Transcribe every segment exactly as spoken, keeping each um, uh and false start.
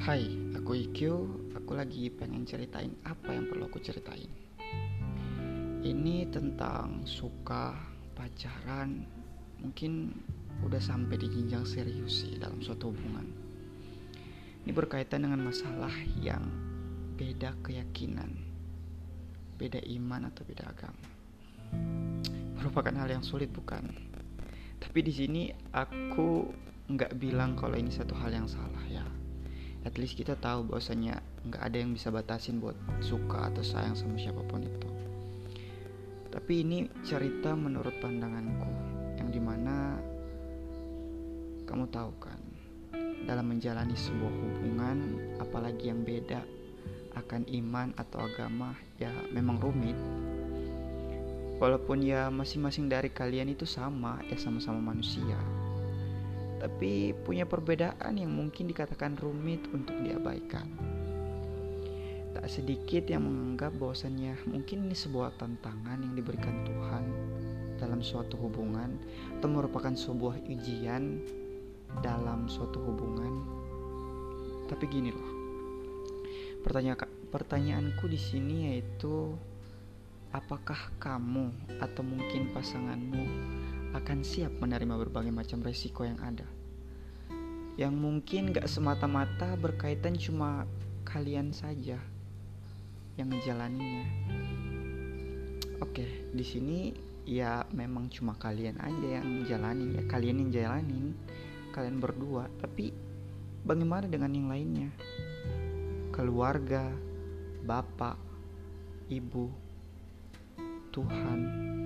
Hai, aku Ikyu. Aku lagi pengen ceritain apa yang perlu aku ceritain. Ini tentang suka, pacaran, mungkin udah sampai di jenjang serius sih dalam suatu hubungan. Ini berkaitan dengan masalah yang beda keyakinan, beda iman atau beda agama. Merupakan hal yang sulit bukan? Tapi di sini aku nggak bilang kalau ini satu hal yang salah ya. At least kita tahu bahwasanya nggak ada yang bisa batasin buat suka atau sayang sama siapapun itu. Tapi ini cerita menurut pandanganku, yang dimana kamu tahu kan, dalam menjalani sebuah hubungan, apalagi yang beda akan iman atau agama, ya memang rumit. Walaupun ya masing-masing dari kalian itu sama, ya sama-sama manusia, tapi punya perbedaan yang mungkin dikatakan rumit untuk diabaikan. Tak sedikit yang menganggap bahwasannya mungkin ini sebuah tantangan yang diberikan Tuhan dalam suatu hubungan, atau merupakan sebuah ujian dalam suatu hubungan. Tapi gini loh, pertanyaan pertanyaanku di sini yaitu, apakah kamu atau mungkin pasanganmu akan siap menerima berbagai macam resiko yang ada, yang mungkin gak semata-mata berkaitan cuma kalian saja yang ngejalaninya. Oke, di sini ya memang cuma kalian aja yang jalanin, ya kalian yang jalanin, kalian berdua. Tapi bagaimana dengan yang lainnya? Keluarga, bapak, ibu, Tuhan.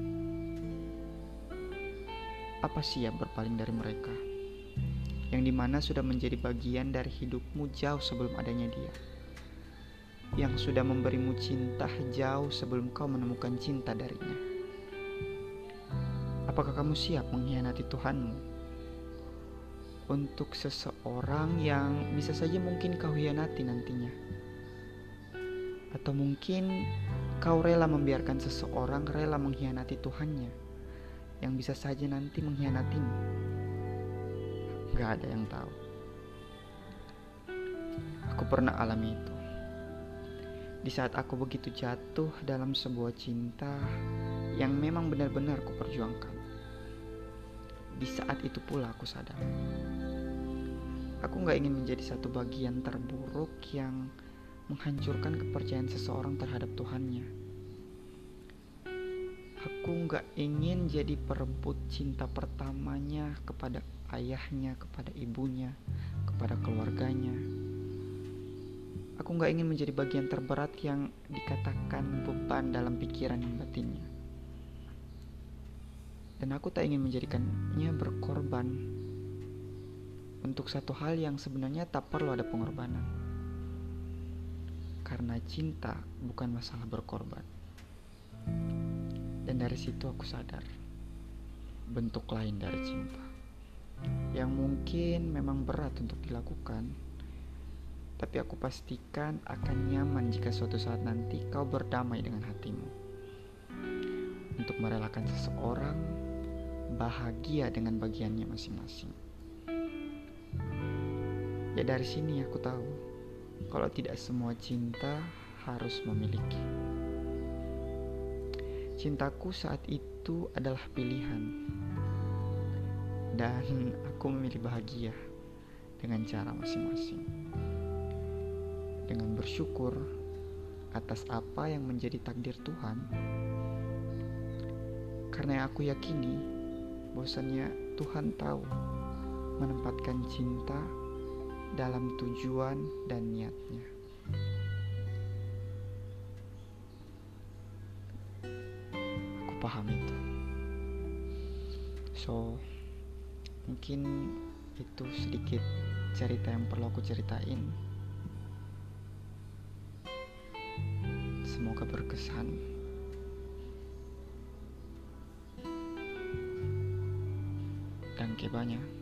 Apa siap berpaling dari mereka, yang dimana sudah menjadi bagian dari hidupmu jauh sebelum adanya dia, yang sudah memberimu cinta jauh sebelum kau menemukan cinta darinya? Apakah kamu siap mengkhianati Tuhanmu untuk seseorang yang bisa saja mungkin kau hianati nantinya? Atau mungkin kau rela membiarkan seseorang rela mengkhianati Tuhannya, yang bisa saja nanti mengkhianatimu? Gak ada yang tahu. Aku pernah alami itu. Di saat aku begitu jatuh dalam sebuah cinta yang memang benar-benar aku perjuangkan. Di saat itu pula aku sadar, aku gak ingin menjadi satu bagian terburuk yang menghancurkan kepercayaan seseorang terhadap Tuhannya. Aku gak ingin jadi perebut cinta pertamanya kepada ayahnya, kepada ibunya, kepada keluarganya. Aku gak ingin menjadi bagian terberat yang dikatakan beban dalam pikiran dan batinnya. Dan aku tak ingin menjadikannya berkorban untuk satu hal yang sebenarnya tak perlu ada pengorbanan. Karena cinta bukan masalah berkorban. Dan dari situ aku sadar, bentuk lain dari cinta yang mungkin memang berat untuk dilakukan, tapi aku pastikan akan nyaman jika suatu saat nanti kau berdamai dengan hatimu untuk merelakan seseorang bahagia dengan bagiannya masing-masing. Ya dari sini aku tahu kalau tidak semua cinta harus memiliki. Cintaku saat itu adalah pilihan, dan aku memilih bahagia dengan cara masing-masing, dengan bersyukur atas apa yang menjadi takdir Tuhan. Karena aku yakini bahwasannya Tuhan tahu menempatkan cinta dalam tujuan dan niatnya. Aku paham itu. So, mungkin itu sedikit cerita yang perlu aku ceritain. Semoga berkesan. Dan banyak.